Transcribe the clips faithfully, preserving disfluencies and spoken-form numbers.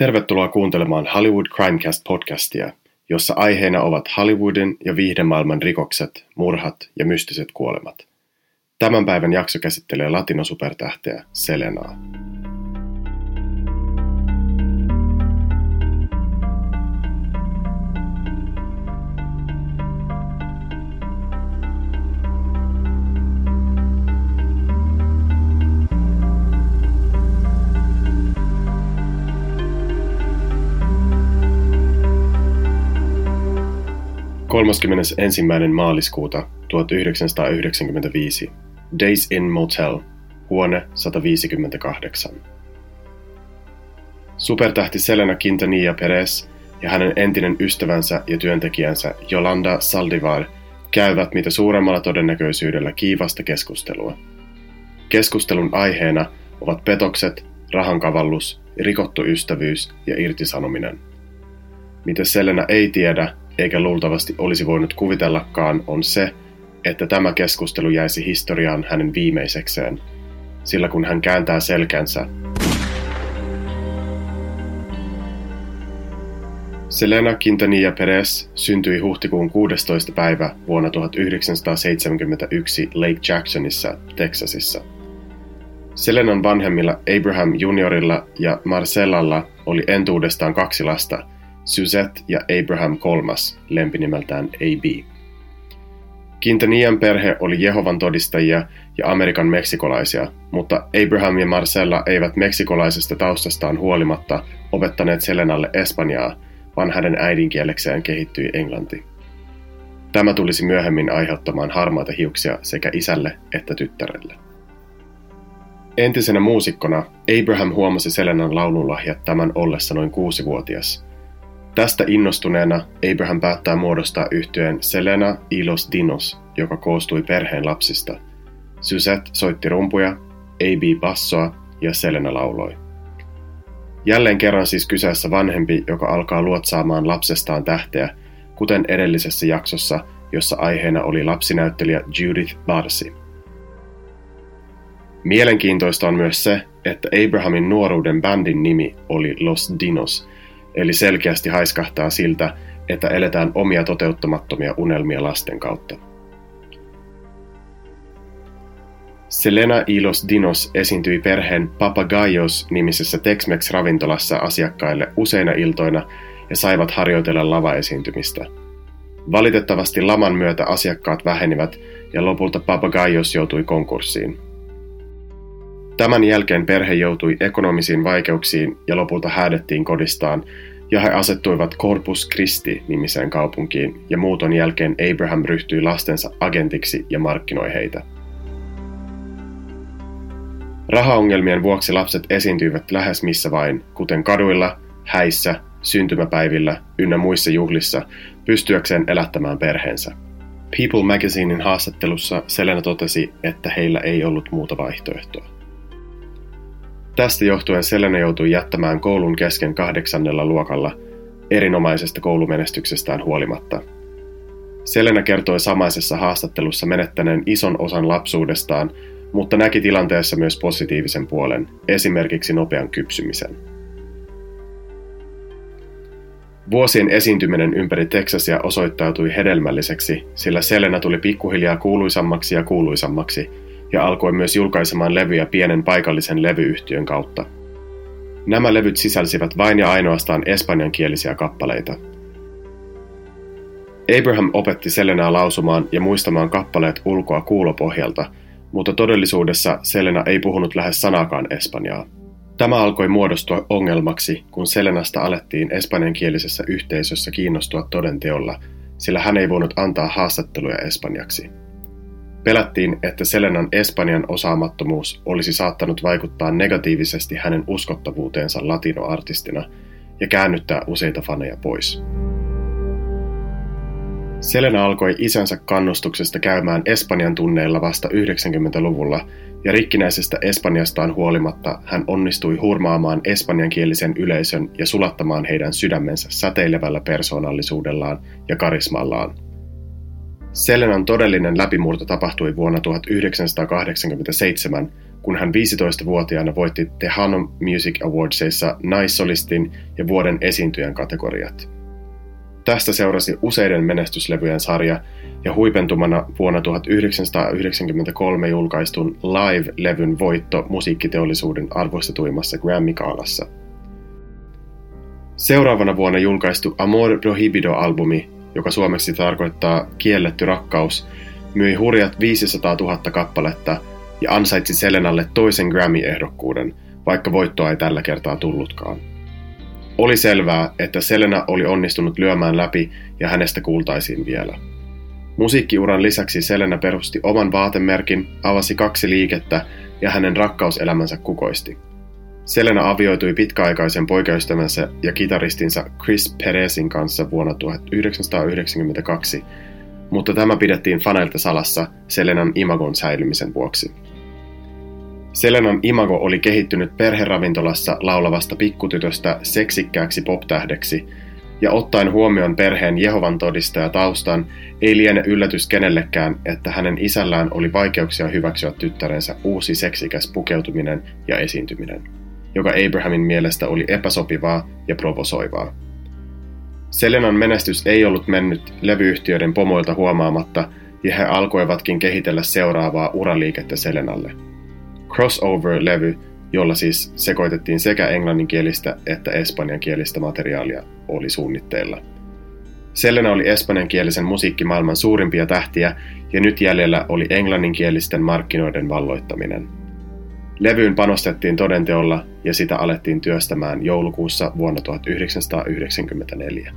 Tervetuloa kuuntelemaan Hollywood Crimecast-podcastia, jossa aiheena ovat Hollywoodin ja viihdemaailman rikokset, murhat ja mystiset kuolemat. Tämän päivän jakso käsittelee latinosupertähteä Selenaa. kolmaskymmenesensimmäinen maaliskuuta tuhatyhdeksänsataayhdeksänkymmentäviisi. Days Inn Motel, huone sata viisikymmentäkahdeksan. Supertähti Selena Quintanilla Perez ja hänen entinen ystävänsä ja työntekijänsä Yolanda Saldivar käyvät mitä suuremmalla todennäköisyydellä kiivasta keskustelua. Keskustelun aiheena ovat petokset, rahankavallus, rikottu ystävyys ja irtisanominen. Mitä Selena ei tiedä, eikä luultavasti olisi voinut kuvitellakaan, on se, että tämä keskustelu jäisi historiaan hänen viimeisekseen, sillä kun hän kääntää selkänsä, Selena Quintanilla Perez syntyi huhtikuun kuudestoista päivä vuonna tuhatyhdeksänsataaseitsemänkymmentäyksi Lake Jacksonissa, Texasissa. Selenan vanhemmilla Abraham juniorilla ja Marcellalla oli entuudestaan kaksi lasta, Suzette ja Abraham kolmas, lempinimeltään A B. Quintanillan perhe oli Jehovan todistajia ja Amerikan meksikolaisia, mutta Abraham ja Marcella eivät meksikolaisesta taustastaan huolimatta opettaneet Selenalle espanjaa, vaan hänen äidinkielekseen kehittyi englanti. Tämä tulisi myöhemmin aiheuttamaan harmaita hiuksia sekä isälle että tyttärelle. Entisenä muusikkona Abraham huomasi Selenan laulunlahjat tämän ollessa noin kuusivuotias. Tästä innostuneena Abraham päättää muodostaa yhtyeen Selena y los Dinos, joka koostui perheen lapsista. Suzette soitti rumpuja, A B bassoa ja Selena lauloi. Jälleen kerran siis kyseessä vanhempi, joka alkaa luotsaamaan lapsestaan tähteä, kuten edellisessä jaksossa, jossa aiheena oli lapsinäyttelijä Judith Barsi. Mielenkiintoista on myös se, että Abrahamin nuoruuden bändin nimi oli Los Dinos, eli selkeästi haiskahtaa siltä, että eletään omia toteuttamattomia unelmia lasten kautta. Selena y los Dinos esiintyi perheen Papagayos-nimisessä Tex-Mex-ravintolassa asiakkaille useina iltoina ja saivat harjoitella lavaesiintymistä. Valitettavasti laman myötä asiakkaat vähenivät ja lopulta Papagayos joutui konkurssiin. Tämän jälkeen perhe joutui ekonomisiin vaikeuksiin ja lopulta häädettiin kodistaan, ja he asettuivat Corpus Christi-nimiseen kaupunkiin, ja muuton jälkeen Abraham ryhtyi lastensa agentiksi ja markkinoi heitä. Rahaongelmien vuoksi lapset esiintyivät lähes missä vain, kuten kaduilla, häissä, syntymäpäivillä ynnä muissa juhlissa, pystyäkseen elättämään perheensä. People Magazinein haastattelussa Selena totesi, että heillä ei ollut muuta vaihtoehtoa. Tästä johtuen Selena joutui jättämään koulun kesken kahdeksannella luokalla, erinomaisesta koulumenestyksestään huolimatta. Selena kertoi samaisessa haastattelussa menettäneen ison osan lapsuudestaan, mutta näki tilanteessa myös positiivisen puolen, esimerkiksi nopean kypsymisen. Vuosien esiintyminen ympäri Texasia osoittautui hedelmälliseksi, sillä Selena tuli pikkuhiljaa kuuluisammaksi ja kuuluisammaksi, ja alkoi myös julkaisemaan levyjä pienen paikallisen levyyhtiön kautta. Nämä levyt sisälsivät vain ja ainoastaan espanjankielisiä kappaleita. Abraham opetti Selenaa lausumaan ja muistamaan kappaleet ulkoa kuulopohjalta, mutta todellisuudessa Selena ei puhunut lähes sanaakaan espanjaa. Tämä alkoi muodostua ongelmaksi, kun Selenasta alettiin espanjankielisessä yhteisössä kiinnostua todenteolla, sillä hän ei voinut antaa haastatteluja espanjaksi. Pelättiin, että Selenan espanjan osaamattomuus olisi saattanut vaikuttaa negatiivisesti hänen uskottavuuteensa latinoartistina ja käännyttää useita faneja pois. Selena alkoi isänsä kannustuksesta käymään Espanjan tunneilla vasta yhdeksänkymmentäluvulla, ja rikkinäisestä Espanjastaan huolimatta hän onnistui hurmaamaan espanjankielisen yleisön ja sulattamaan heidän sydämensä säteilevällä persoonallisuudellaan ja karismallaan. Selenan todellinen läpimurto tapahtui vuonna tuhatyhdeksänsataakahdeksankymmentäseitsemän, kun hän viisitoistavuotiaana voitti Tejano Music Awardsissa naissolistin ja vuoden esiintyjän kategoriat. Tästä seurasi useiden menestyslevyjen sarja ja huipentumana vuonna tuhatyhdeksänsataayhdeksänkymmentäkolme julkaistun Live-levyn voitto musiikkiteollisuuden arvostetuimmassa Grammy-gaalassa. Seuraavana vuonna julkaistu Amor Prohibido-albumi, joka suomeksi tarkoittaa kielletty rakkaus, myi hurjat viisisataatuhatta kappaletta ja ansaitsi Selenalle toisen Grammy-ehdokkuuden, vaikka voittoa ei tällä kertaa tullutkaan. Oli selvää, että Selena oli onnistunut lyömään läpi ja hänestä kuultaisiin vielä. Musiikkiuran lisäksi Selena perusti oman vaatemerkin, avasi kaksi liikettä ja hänen rakkauselämänsä kukoisti. Selena avioitui pitkäaikaisen poikaystävänsä ja kitaristinsa Chris Perezin kanssa vuonna tuhatyhdeksänsataayhdeksänkymmentäkaksi, mutta tämä pidettiin faneilta salassa Selenan imagon säilymisen vuoksi. Selenan imago oli kehittynyt perheravintolassa laulavasta pikkutytöstä seksikkääksi poptähdeksi, ja ottaen huomioon perheen Jehovan todistaja taustan, ei liene yllätys kenellekään, että hänen isällään oli vaikeuksia hyväksyä tyttärensä uusi seksikäs pukeutuminen ja esiintyminen, joka Abrahamin mielestä oli epäsopivaa ja provosoivaa. Selenan menestys ei ollut mennyt levyyhtiöiden pomoilta huomaamatta, ja he alkoivatkin kehitellä seuraavaa uraliikettä Selenalle. Crossover-levy, jolla siis sekoitettiin sekä englanninkielistä että espanjankielistä materiaalia, oli suunnitteilla. Selena oli espanjankielisen musiikkimaailman suurimpia tähtiä, ja nyt jäljellä oli englanninkielisten markkinoiden valloittaminen. Levyyn panostettiin todenteolla, ja sitä alettiin työstämään joulukuussa vuonna tuhatyhdeksänsataayhdeksänkymmentäneljä.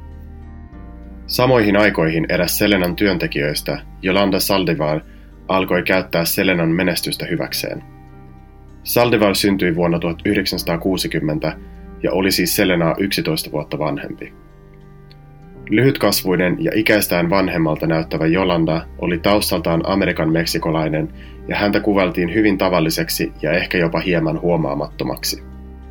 Samoihin aikoihin eräs Selenan työntekijöistä, Yolanda Saldivar, alkoi käyttää Selenan menestystä hyväkseen. Saldivar syntyi vuonna tuhatyhdeksänsataakuusikymmentä ja oli siis Selenaa yksitoista vuotta vanhempi. Lyhytkasvuinen ja ikäistään vanhemmalta näyttävä Yolanda oli taustaltaan Amerikan meksikolainen ja häntä kuvailtiin hyvin tavalliseksi ja ehkä jopa hieman huomaamattomaksi.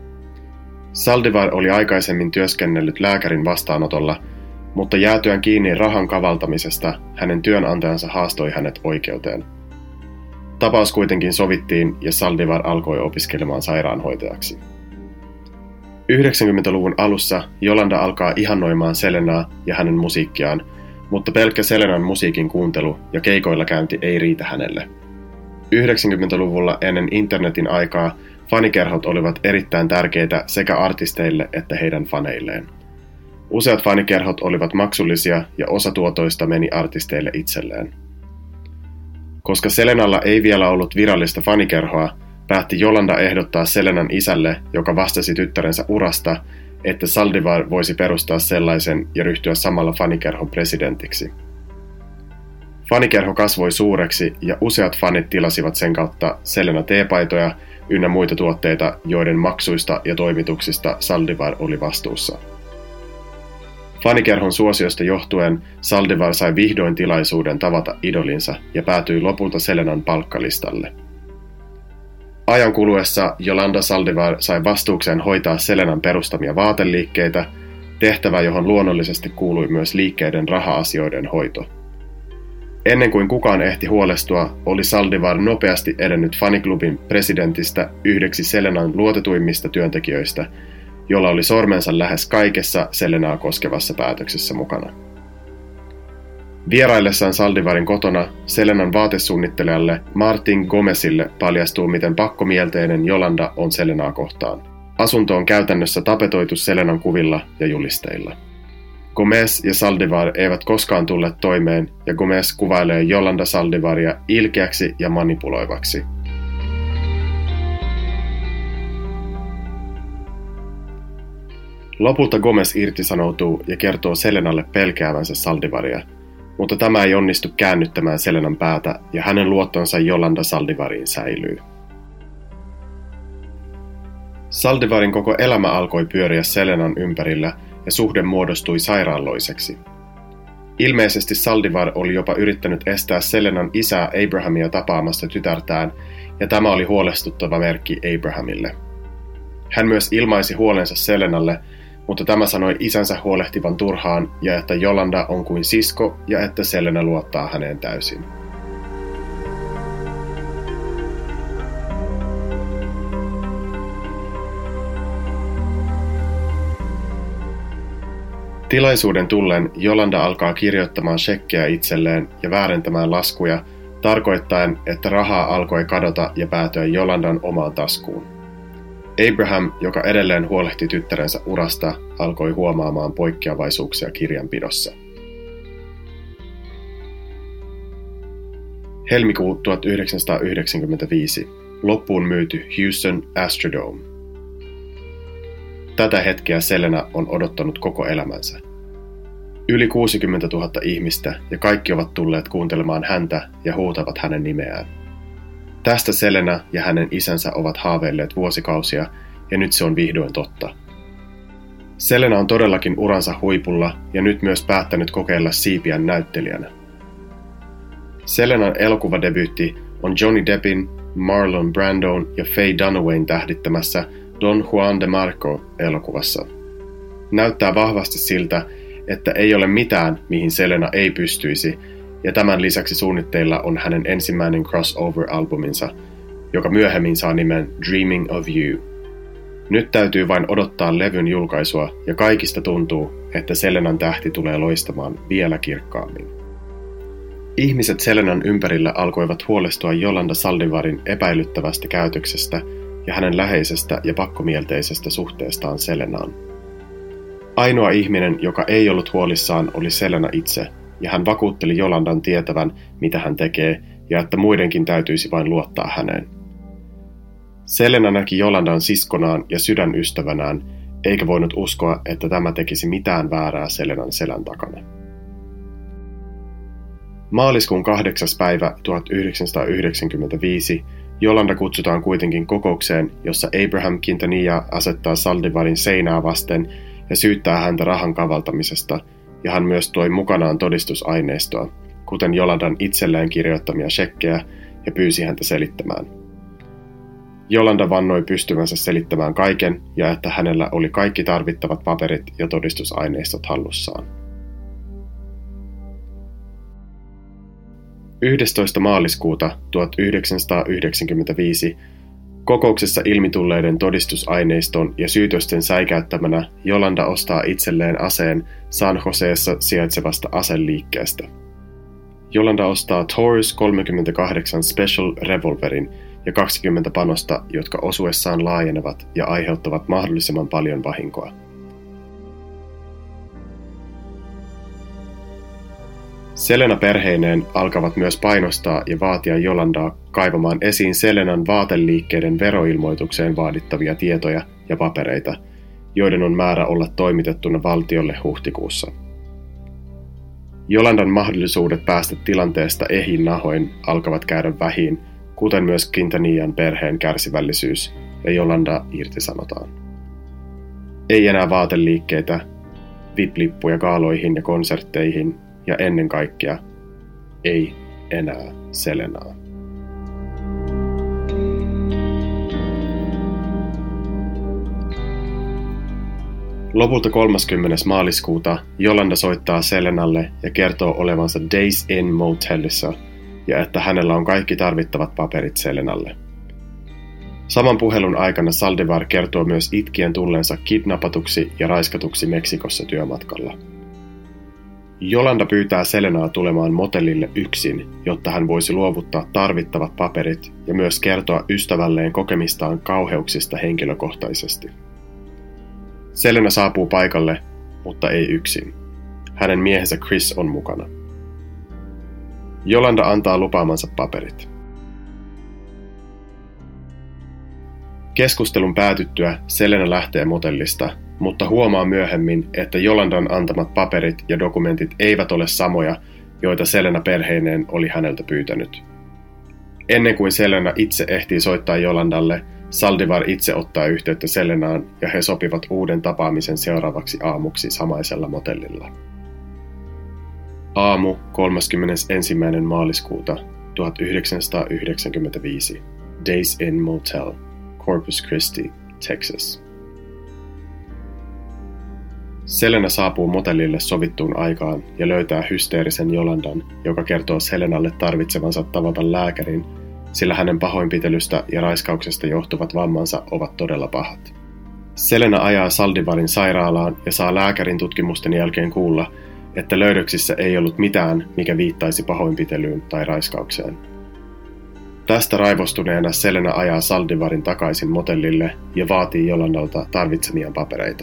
Saldivar oli aikaisemmin työskennellyt lääkärin vastaanotolla, mutta jäätyään kiinni rahan kavaltamisesta hänen työnantajansa haastoi hänet oikeuteen. Tapaus kuitenkin sovittiin ja Saldivar alkoi opiskelemaan sairaanhoitajaksi. yhdeksänkymmentäluvun alussa Yolanda alkaa ihannoimaan Selenaa ja hänen musiikkiaan, mutta pelkkä Selenan musiikin kuuntelu ja keikoilla käynti ei riitä hänelle. yhdeksänkymmentäluvulla ennen internetin aikaa fanikerhot olivat erittäin tärkeitä sekä artisteille että heidän faneilleen. Useat fanikerhot olivat maksullisia ja osa tuotoista meni artisteille itselleen. Koska Selenalla ei vielä ollut virallista fanikerhoa, päätti Yolanda ehdottaa Selenan isälle, joka vastasi tyttärensä urasta, että Saldivar voisi perustaa sellaisen ja ryhtyä samalla fanikerhon presidentiksi. Fanikerho kasvoi suureksi ja useat fanit tilasivat sen kautta Selena teepaitoja ynnä muita tuotteita, joiden maksuista ja toimituksista Saldivar oli vastuussa. Fanikerhon suosiosta johtuen Saldivar sai vihdoin tilaisuuden tavata idolinsa ja päätyi lopulta Selenan palkkalistalle. Ajan kuluessa Yolanda Saldivar sai vastuukseen hoitaa Selenan perustamia vaateliikkeitä, tehtävä johon luonnollisesti kuului myös liikkeiden raha-asioiden hoito. Ennen kuin kukaan ehti huolestua, oli Saldivar nopeasti edennyt faniklubin presidentistä yhdeksi Selenan luotetuimmista työntekijöistä, jolla oli sormensa lähes kaikessa Selenaa koskevassa päätöksessä mukana. Vieraillessaan Saldivarin kotona Selenan vaatesuunnittelijalle Martin Gomezille paljastuu, miten pakkomielteinen Yolanda on Selenaa kohtaan. Asunto on käytännössä tapetoitu Selenan kuvilla ja julisteilla. Gomez ja Saldivar eivät koskaan tulleet toimeen, ja Gomez kuvailee Yolanda Saldivaria ilkeäksi ja manipuloivaksi. Lopulta Gomez irtisanoutuu ja kertoo Selenalle pelkäävänsä Saldivaria, mutta tämä ei onnistu käännyttämään Selenan päätä ja hänen luottonsa Yolanda Saldivariin säilyy. Saldivarin koko elämä alkoi pyöriä Selenan ympärillä ja suhde muodostui sairaalloiseksi. Ilmeisesti Saldivar oli jopa yrittänyt estää Selenan isää Abrahamia tapaamasta tytärtään, ja tämä oli huolestuttava merkki Abrahamille. Hän myös ilmaisi huolensa Selenalle, mutta tämä sanoi isänsä huolehtivan turhaan ja että Yolanda on kuin sisko ja että Selena luottaa häneen täysin. Tilaisuuden tullen Yolanda alkaa kirjoittamaan shekkejä itselleen ja väärentämään laskuja, tarkoittaen, että rahaa alkoi kadota ja päätyä Yolandan omaan taskuun. Abraham, joka edelleen huolehti tyttärensä urasta, alkoi huomaamaan poikkeavaisuuksia kirjanpidossa. Helmikuu tuhatyhdeksänsataayhdeksänkymmentäviisi. Loppuun myyty Houston Astrodome. Tätä hetkeä Selena on odottanut koko elämänsä. Yli kuusikymmentätuhatta ihmistä ja kaikki ovat tulleet kuuntelemaan häntä ja huutavat hänen nimeään. Tästä Selena ja hänen isänsä ovat haaveilleet vuosikausia ja nyt se on vihdoin totta. Selena on todellakin uransa huipulla ja nyt myös päättänyt kokeilla siipiään näyttelijänä. Selenan elokuvadebyytti on Johnny Deppin, Marlon Brandon ja Faye Dunaway tähdittämässä Don Juan de Marco-elokuvassa. Näyttää vahvasti siltä, että ei ole mitään, mihin Selena ei pystyisi, ja tämän lisäksi suunnitteilla on hänen ensimmäinen crossover-albuminsa, joka myöhemmin saa nimen Dreaming of You. Nyt täytyy vain odottaa levyn julkaisua, ja kaikista tuntuu, että Selenan tähti tulee loistamaan vielä kirkkaammin. Ihmiset Selenan ympärillä alkoivat huolestua Yolanda Saldivarin epäilyttävästä käytöksestä ja hänen läheisestä ja pakkomielteisestä suhteestaan Selenaan. Ainoa ihminen, joka ei ollut huolissaan, oli Selena itse, ja hän vakuutteli Yolandan tietävän, mitä hän tekee, ja että muidenkin täytyisi vain luottaa häneen. Selena näki Yolandan siskonaan ja sydänystävänään, eikä voinut uskoa, että tämä tekisi mitään väärää Selenan selän takana. Maaliskuun kahdeksas päivä tuhatyhdeksänsataayhdeksänkymmentäviisi Yolanda kutsutaan kuitenkin kokoukseen, jossa Abraham Quintanilla asettaa Saldivarin seinää vasten ja syyttää häntä rahan kavaltamisesta, ja hän myös toi mukanaan todistusaineistoa, kuten Yolandan itselleen kirjoittamia shekkejä, ja pyysi häntä selittämään. Yolanda vannoi pystyvänsä selittämään kaiken ja että hänellä oli kaikki tarvittavat paperit ja todistusaineistot hallussaan. yhdestoista maaliskuuta tuhatyhdeksänsataayhdeksänkymmentäviisi kokouksessa ilmitulleiden todistusaineiston ja syytösten säikäyttämänä Yolanda ostaa itselleen aseen San Joseessa sijaitsevasta aseliikkeestä. Yolanda ostaa Taurus kolmekymmentäkahdeksan Special Revolverin ja kaksikymmentä panosta, jotka osuessaan laajenevat ja aiheuttavat mahdollisimman paljon vahinkoa. Selena perheineen alkavat myös painostaa ja vaatia Yolandaa kaivamaan esiin Selenan vaateliikkeiden veroilmoitukseen vaadittavia tietoja ja papereita, joiden on määrä olla toimitettuna valtiolle huhtikuussa. Yolandan mahdollisuudet päästä tilanteesta ehin nahoin alkavat käydä vähiin, kuten myös Quintanillan perheen kärsivällisyys, ja Yolanda irtisanotaan. Ei enää vaateliikkeitä, V I P-lippuja gaaloihin ja konsertteihin, ja ennen kaikkea ei enää Selenaa. Lopulta kolmaskymmenes maaliskuuta Yolanda soittaa Selenalle ja kertoo olevansa Days Inn motellissa ja että hänellä on kaikki tarvittavat paperit Selenalle. Saman puhelun aikana Saldivar kertoo myös itkien tulleensa kidnappatuksi ja raiskatuksi Meksikossa työmatkalla. Yolanda pyytää Selenaa tulemaan motellille yksin, jotta hän voisi luovuttaa tarvittavat paperit ja myös kertoa ystävälleen kokemistaan kauheuksista henkilökohtaisesti. Selena saapuu paikalle, mutta ei yksin. Hänen miehensä Chris on mukana. Yolanda antaa lupaamansa paperit. Keskustelun päätyttyä Selena lähtee motellista, mutta huomaa myöhemmin, että Yolandan antamat paperit ja dokumentit eivät ole samoja, joita Selena perheineen oli häneltä pyytänyt. Ennen kuin Selena itse ehtii soittaa Yolandalle, Saldivar itse ottaa yhteyttä Selenaan ja he sopivat uuden tapaamisen seuraavaksi aamuksi samaisella motellilla. Aamu kolmaskymmenesensimmäinen maaliskuuta tuhatyhdeksänsataayhdeksänkymmentäviisi. Days Inn Motel, Corpus Christi, Texas. Selena saapuu motellille sovittuun aikaan ja löytää hysteerisen Yolandan, joka kertoo Selenalle tarvitsevansa tavata lääkärin, sillä hänen pahoinpitelystä ja raiskauksesta johtuvat vammansa ovat todella pahat. Selena ajaa Zaldivarin sairaalaan ja saa lääkärin tutkimusten jälkeen kuulla, että löydöksissä ei ollut mitään, mikä viittaisi pahoinpitelyyn tai raiskaukseen. Tästä raivostuneena Selena ajaa Zaldivarin takaisin motellille ja vaatii Jolandalta tarvitsemiaan papereita.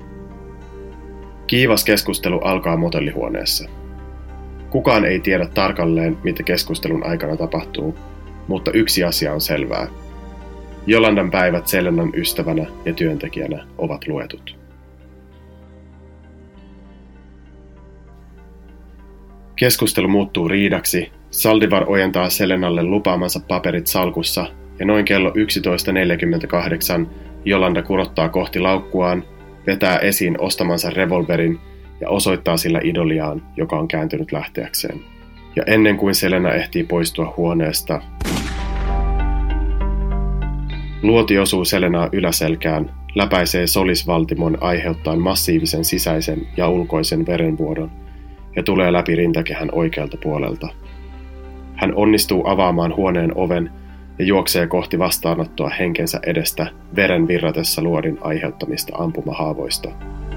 Kiivas keskustelu alkaa motellihuoneessa. Kukaan ei tiedä tarkalleen, mitä keskustelun aikana tapahtuu, mutta yksi asia on selvää. Jolandan päivät Selenan ystävänä ja työntekijänä ovat luetut. Keskustelu muuttuu riidaksi. Zaldivar ojentaa Selenalle lupaamansa paperit salkussa ja noin kello yksitoista neljäkymmentäkahdeksan Jolanda kurottaa kohti laukkuaan, vetää esiin ostamansa revolverin ja osoittaa sillä idoliaan, joka on kääntynyt lähteäkseen. Ja ennen kuin Selena ehtii poistua huoneesta, luoti osuu Selenaa yläselkään, läpäisee solisvaltimon aiheuttaen massiivisen sisäisen ja ulkoisen verenvuodon ja tulee läpi rintakehän oikealta puolelta. Hän onnistuu avaamaan huoneen oven ja juoksee kohti vastaanottoa henkensä edestä veren virratessa luodin aiheuttamista ampumahaavoista.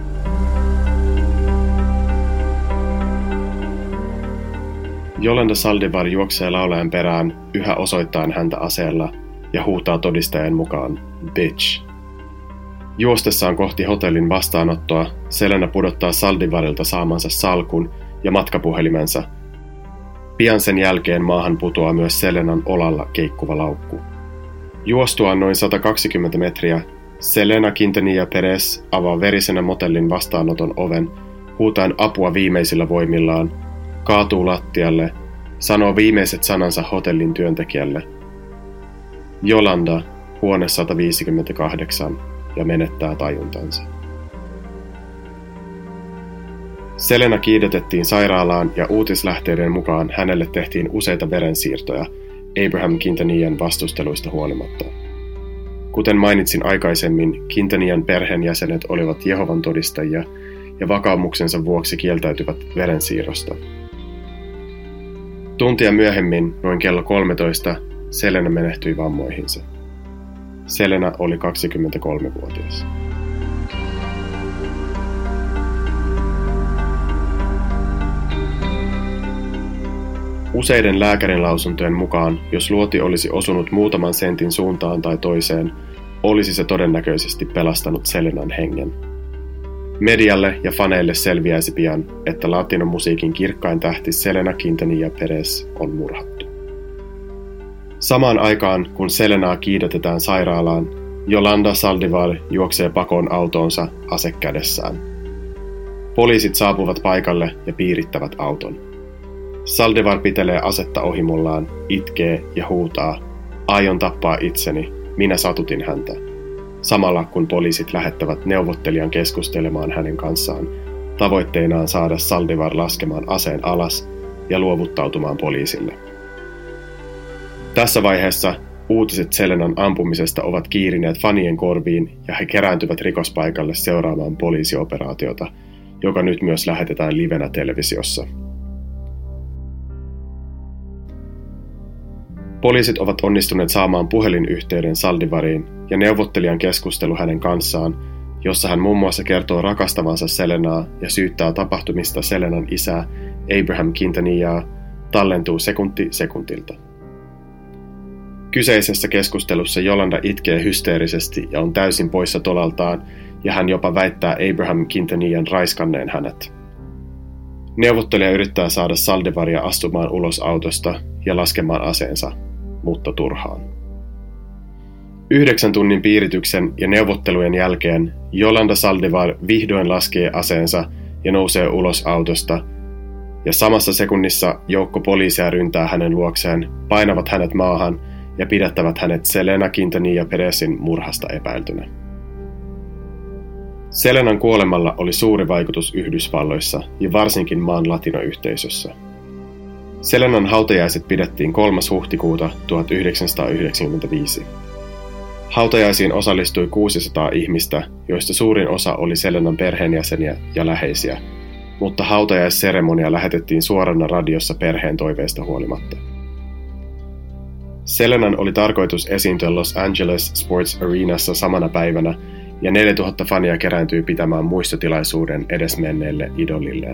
Jolanda Zaldivar juoksee laulajan perään yhä osoittaen häntä aseella ja huutaa todistajan mukaan bitch. Juostessaan kohti hotellin vastaanottoa Selena pudottaa Zaldivarilta saamansa salkun ja matkapuhelimensa. Pian sen jälkeen maahan putoaa myös Selenan olalla keikkuva laukku. Juostuaan noin sata kaksikymmentä metriä, Selena Quintanilla Perez avaa verisenä motellin vastaanoton oven, huutaen apua viimeisillä voimillaan, kaatuu lattialle, sanoo viimeiset sanansa hotellin työntekijälle. Jolanda, huone sata viisikymmentäkahdeksan, ja menettää tajuntansa. Selena kiidätettiin sairaalaan ja uutislähteiden mukaan hänelle tehtiin useita verensiirtoja Abraham Quintanillan vastusteluista huolimatta. Kuten mainitsin aikaisemmin, Quintanillan perheenjäsenet olivat Jehovan todistajia ja vakaumuksensa vuoksi kieltäytyvät verensiirrosta. Tuntia myöhemmin, noin kello kolmetoista, Selena menehtyi vammoihinsa. Selena oli kaksikymmentäkolmevuotias. Useiden lääkärinlausuntojen mukaan, jos luoti olisi osunut muutaman sentin suuntaan tai toiseen, olisi se todennäköisesti pelastanut Selenan hengen. Medialle ja faneille selviäisi pian, että latinomusiikin kirkkain tähti Selena Quintanilla Perez on murhattu. Samaan aikaan, kun Selenaa kiidätetään sairaalaan, Jolanda Zaldivar juoksee pakoon autoonsa ase kädessään. Poliisit saapuvat paikalle ja piirittävät auton. Zaldivar pitelee asetta ohimollaan, itkee ja huutaa, aion tappaa itseni, minä satutin häntä. Samalla kun poliisit lähettävät neuvottelijan keskustelemaan hänen kanssaan, tavoitteinaan saada Zaldivar laskemaan aseen alas ja luovuttautumaan poliisille. Tässä vaiheessa uutiset Selenan ampumisesta ovat kiirineet fanien korviin ja he kerääntyvät rikospaikalle seuraamaan poliisioperaatiota, joka nyt myös lähetetään livenä televisiossa. Poliisit ovat onnistuneet saamaan puhelinyhteyden Zaldivariin ja neuvottelijan keskustelu hänen kanssaan, jossa hän muun muassa kertoo rakastavansa Selenaa ja syyttää tapahtumista Selenan isää Abraham Quintanillaa, tallentuu sekunti sekuntilta. Kyseisessä keskustelussa Jolanda itkee hysteerisesti ja on täysin poissa tolaltaan, ja hän jopa väittää Abraham Quintanillan raiskanneen hänet. Neuvottelija yrittää saada Zaldivaria astumaan ulos autosta ja laskemaan aseensa, mutta turhaan. Yhdeksän tunnin piirityksen ja neuvottelujen jälkeen Jolanda Zaldivar vihdoin laskee aseensa ja nousee ulos autosta, ja samassa sekunnissa joukko poliisia ryntää hänen luokseen, painavat hänet maahan ja pidättävät hänet Selena Quintanilla Perezin murhasta epäiltynä. Selenan kuolemalla oli suuri vaikutus Yhdysvalloissa ja varsinkin maan latinoyhteisössä. Selenan hautajaiset pidettiin kolmas huhtikuuta tuhatyhdeksänsataayhdeksänkymmentäviisi. Hautajaisiin osallistui kuusisataa ihmistä, joista suurin osa oli Selenan perheenjäseniä ja läheisiä, mutta hautajaisseremonia lähetettiin suorana radiossa perheen toiveista huolimatta. Selenan oli tarkoitus esiintyä Los Angeles Sports Arenassa samana päivänä, ja neljätuhatta fania kerääntyi pitämään muistotilaisuuden edesmenneelle idolilleen.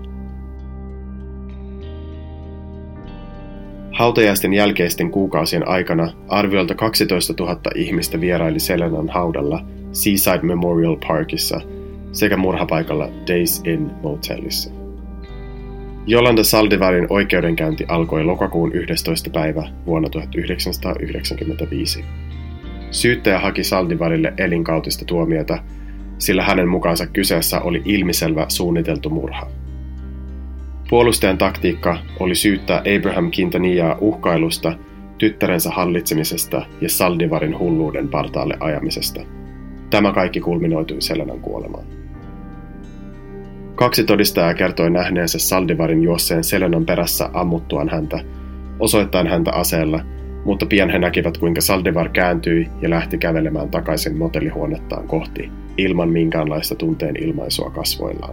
Hautajaisten jälkeisten kuukausien aikana arviolta kaksitoistatuhatta ihmistä vieraili Selenan haudalla Seaside Memorial Parkissa sekä murhapaikalla Days Inn Motellissa. Jolanda Saldivarin oikeudenkäynti alkoi lokakuun yhdestoista päivä vuonna tuhatyhdeksänsataayhdeksänkymmentäviisi. Syyttäjä haki Saldivarille elinkautista tuomiota, sillä hänen mukaansa kyseessä oli ilmiselvä suunniteltu murha. Puolustajan taktiikka oli syyttää Abraham Quintanilhaa uhkailusta, tyttärensä hallitsemisesta ja Saldivarin hulluuden partaalle ajamisesta. Tämä kaikki kulminoitui Selenan kuolemaan. Kaksi todistajaa kertoi nähneensä Saldivarin juosseen Selenan perässä ammuttuaan häntä, osoittaen häntä aseella, mutta pian he näkivät kuinka Saldivar kääntyi ja lähti kävelemään takaisin motellihuonettaan kohti, ilman minkäänlaista tunteen ilmaisua kasvoillaan.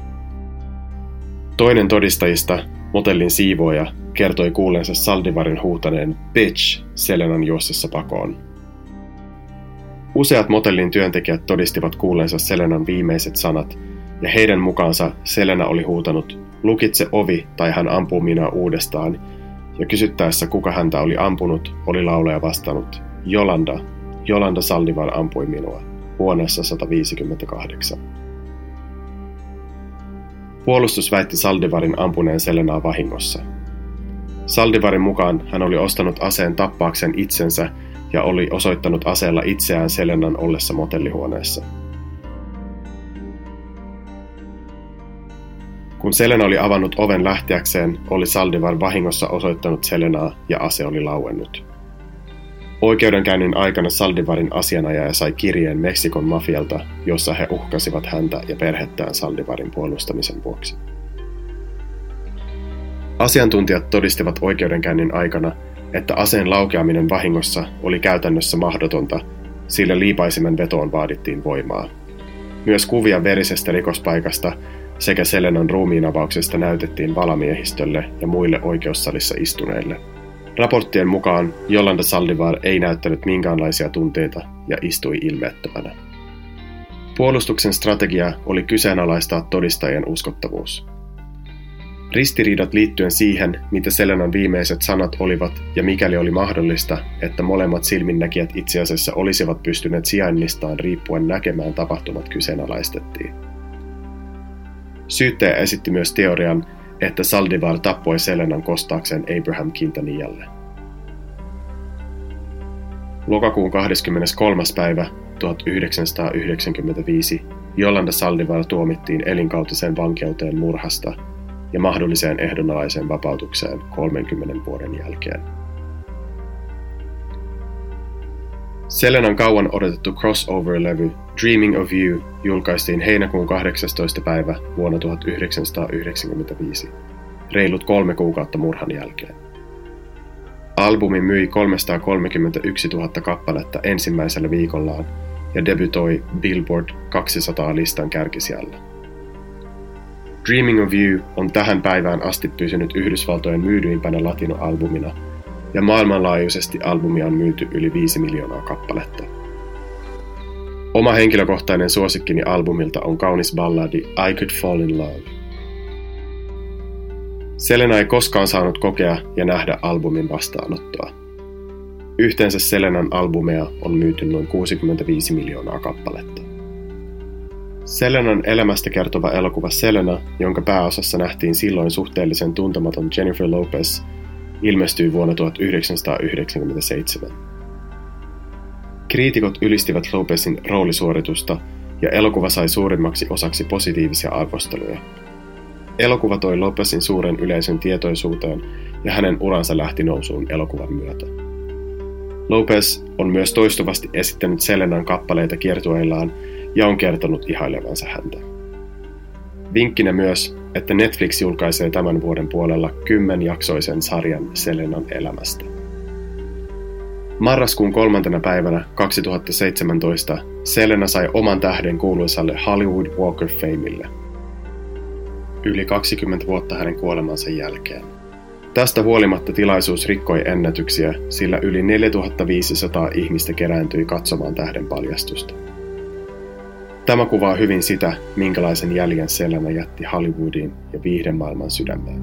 Toinen todistajista, motellin siivooja, kertoi kuulleensa Saldivarin huutaneen "Bitch" Selenan juossessa pakoon. Useat motellin työntekijät todistivat kuulleensa Selenan viimeiset sanat, ja heidän mukaansa Selena oli huutanut "Lukitse ovi tai hän ampuu minua uudestaan", ja kysyttäessä kuka häntä oli ampunut, oli laulaja vastannut "Jolanda, Jolanda Saldivar ampui minua", huoneessa sata viisikymmentäkahdeksan. Puolustus väitti Saldivarin ampuneen Selenaa vahingossa. Saldivarin mukaan hän oli ostanut aseen tappaakseen itsensä ja oli osoittanut aseella itseään Selenan ollessa motellihuoneessa. Kun Selena oli avannut oven lähteäkseen, oli Saldivar vahingossa osoittanut Selenaa ja ase oli lauennut. Oikeudenkäynnin aikana Saldivarin asianajaja sai kirjeen Meksikon mafialta, jossa he uhkasivat häntä ja perhettään Saldivarin puolustamisen vuoksi. Asiantuntijat todistivat oikeudenkäynnin aikana, että aseen laukeaminen vahingossa oli käytännössä mahdotonta, sillä liipaisimen vetoon vaadittiin voimaa. Myös kuvia verisestä rikospaikasta sekä Selenan ruumiinavauksesta näytettiin valamiehistölle ja muille oikeussalissa istuneille. Raporttien mukaan Jolanda Saldivar ei näyttänyt minkäänlaisia tunteita ja istui ilmeettömänä. Puolustuksen strategia oli kyseenalaistaa todistajien uskottavuus. Ristiriidat liittyen siihen, mitä Selenan viimeiset sanat olivat ja mikäli oli mahdollista, että molemmat silminnäkijät itse asiassa olisivat pystyneet sijainnistaan riippuen näkemään tapahtumat, kyseenalaistettiin. Syyttäjä esitti myös teorian, että Saldivar tappoi Selenan kostaakseen Abraham Quintanilhalle. Lokakuun kahdeskymmeneskolmas päivä tuhatyhdeksänsataayhdeksänkymmentäviisi Jolanda Saldivar tuomittiin elinkautiseen vankeuteen murhasta ja mahdolliseen ehdonalaiseen vapautukseen kolmenkymmenen vuoden jälkeen. Selenan kauan odotettu crossover-levy Dreaming of You julkaistiin heinäkuun kahdeksastoista päivä vuonna tuhatyhdeksänsataayhdeksänkymmentäviisi, reilut kolme kuukautta murhan jälkeen. Albumi myi kolmesataakolmekymmentäyksituhatta kappaletta ensimmäisellä viikollaan ja debytoi Billboard kaksisataa-listan kärkisijalla. Dreaming of You on tähän päivään asti pysynyt Yhdysvaltojen myydyimpänä latinoalbumina, ja maailmanlaajuisesti albumia on myyty yli viisi miljoonaa kappaletta. Oma henkilökohtainen suosikkini albumilta on kaunis balladi I Could Fall in Love. Selena ei koskaan saanut kokea ja nähdä albumin vastaanottoa. Yhteensä Selenan albumeja on myyty noin kuusikymmentäviisi miljoonaa kappaletta. Selenan elämästä kertova elokuva Selena, jonka pääosassa nähtiin silloin suhteellisen tuntematon Jennifer Lopez, ilmestyi vuonna tuhatyhdeksänsataayhdeksänkymmentäseitsemän. Kriitikot ylistivät Lopezin roolisuoritusta ja elokuva sai suurimmaksi osaksi positiivisia arvosteluja. Elokuva toi Lopezin suuren yleisön tietoisuuteen ja hänen uransa lähti nousuun elokuvan myötä. Lopez on myös toistuvasti esittänyt Selenan kappaleita kiertueillaan ja on kertonut ihailevansa häntä. Vinkkinä myös, että Netflix julkaisee tämän vuoden puolella kymmenjaksoisen sarjan Selenan elämästä. Marraskuun kolmantena päivänä kaksituhattaseitsemäntoista Selena sai oman tähden kuuluisalle Hollywood Walk of Famelle. Yli kaksikymmentä vuotta hänen kuolemansa jälkeen. Tästä huolimatta tilaisuus rikkoi ennätyksiä, sillä yli neljätuhattaviisisataa ihmistä kerääntyi katsomaan tähden paljastusta. Tämä kuvaa hyvin sitä, minkälaisen jäljen Selena jätti Hollywoodin ja viihdemaailman sydämeen.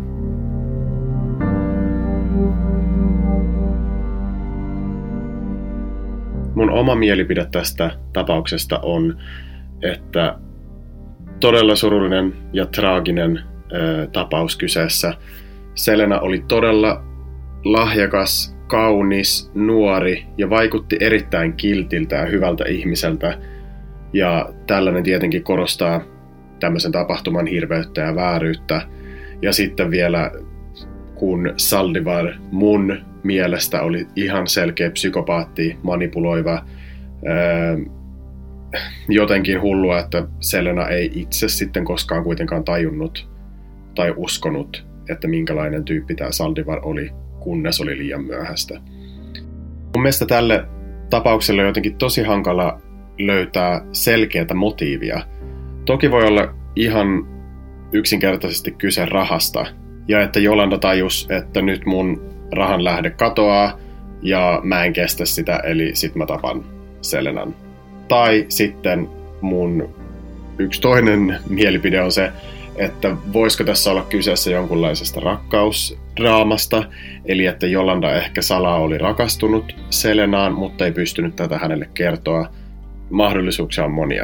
Mun oma mielipide tästä tapauksesta on, että todella surullinen ja traaginen ö, tapaus kyseessä. Selena oli todella lahjakas, kaunis, nuori ja vaikutti erittäin kiltiltä ja hyvältä ihmiseltä. Ja tällainen tietenkin korostaa tämmöisen tapahtuman hirveyttä ja vääryyttä. Ja sitten vielä, kun Zaldivar mun mielestä oli ihan selkeä psykopaatti, manipuloiva, öö, jotenkin hullua, että Selena ei itse sitten koskaan kuitenkaan tajunnut tai uskonut, että minkälainen tyyppi tämä Zaldivar oli, kunnes oli liian myöhäistä. Mun mielestä tälle tapaukselle on jotenkin tosi hankala löytää selkeätä motiivia. Toki voi olla ihan yksinkertaisesti kyse rahasta, ja että Jolanda tajus, että nyt mun rahan lähde katoaa, ja mä en kestä sitä, eli sit mä tapan Selenan. Tai sitten mun yksi toinen mielipide on se, että voisiko tässä olla kyseessä jonkunlaisesta rakkausdraamasta, eli että Jolanda ehkä salaa oli rakastunut Selenaan, mutta ei pystynyt tätä hänelle kertoa. Mahdollisuuksia on monia.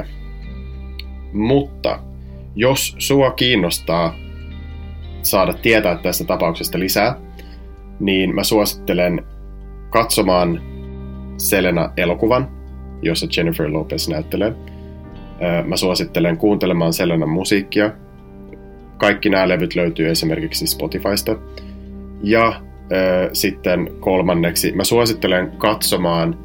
Mutta jos sua kiinnostaa saada tietää tästä tapauksesta lisää, niin mä suosittelen katsomaan Selena-elokuvan, jossa Jennifer Lopez näyttelee. Mä suosittelen kuuntelemaan Selenan musiikkia. Kaikki nämä levyt löytyy esimerkiksi Spotifysta. Ja äh, sitten kolmanneksi mä suosittelen katsomaan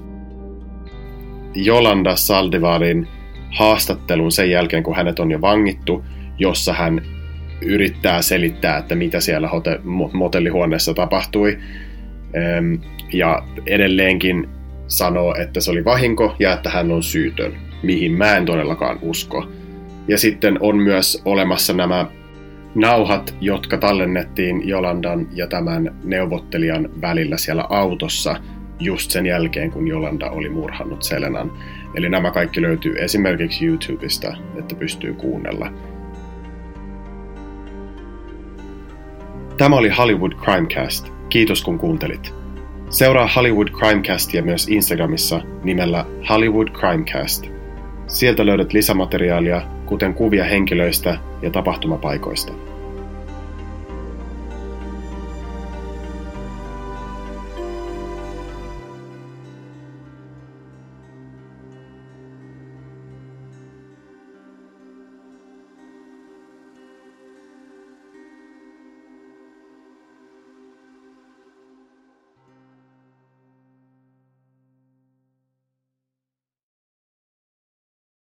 Jolanda Zaldivarin haastattelun sen jälkeen, kun hänet on jo vangittu, jossa hän yrittää selittää, että mitä siellä hote- motellihuoneessa tapahtui. Ähm, ja edelleenkin sanoo, että se oli vahinko ja että hän on syytön, mihin mä en todellakaan usko. Ja sitten on myös olemassa nämä nauhat, jotka tallennettiin Jolandan ja tämän neuvottelijan välillä siellä autossa just sen jälkeen, kun Jolanda oli murhannut Selenan. Eli nämä kaikki löytyy esimerkiksi YouTubesta, että pystyy kuunnella. Tämä oli Hollywood Crimecast. Kiitos kun kuuntelit. Seuraa Hollywood Crimecastia myös Instagramissa nimellä Hollywood Crimecast. Sieltä löydät lisämateriaalia, kuten kuvia henkilöistä ja tapahtumapaikoista.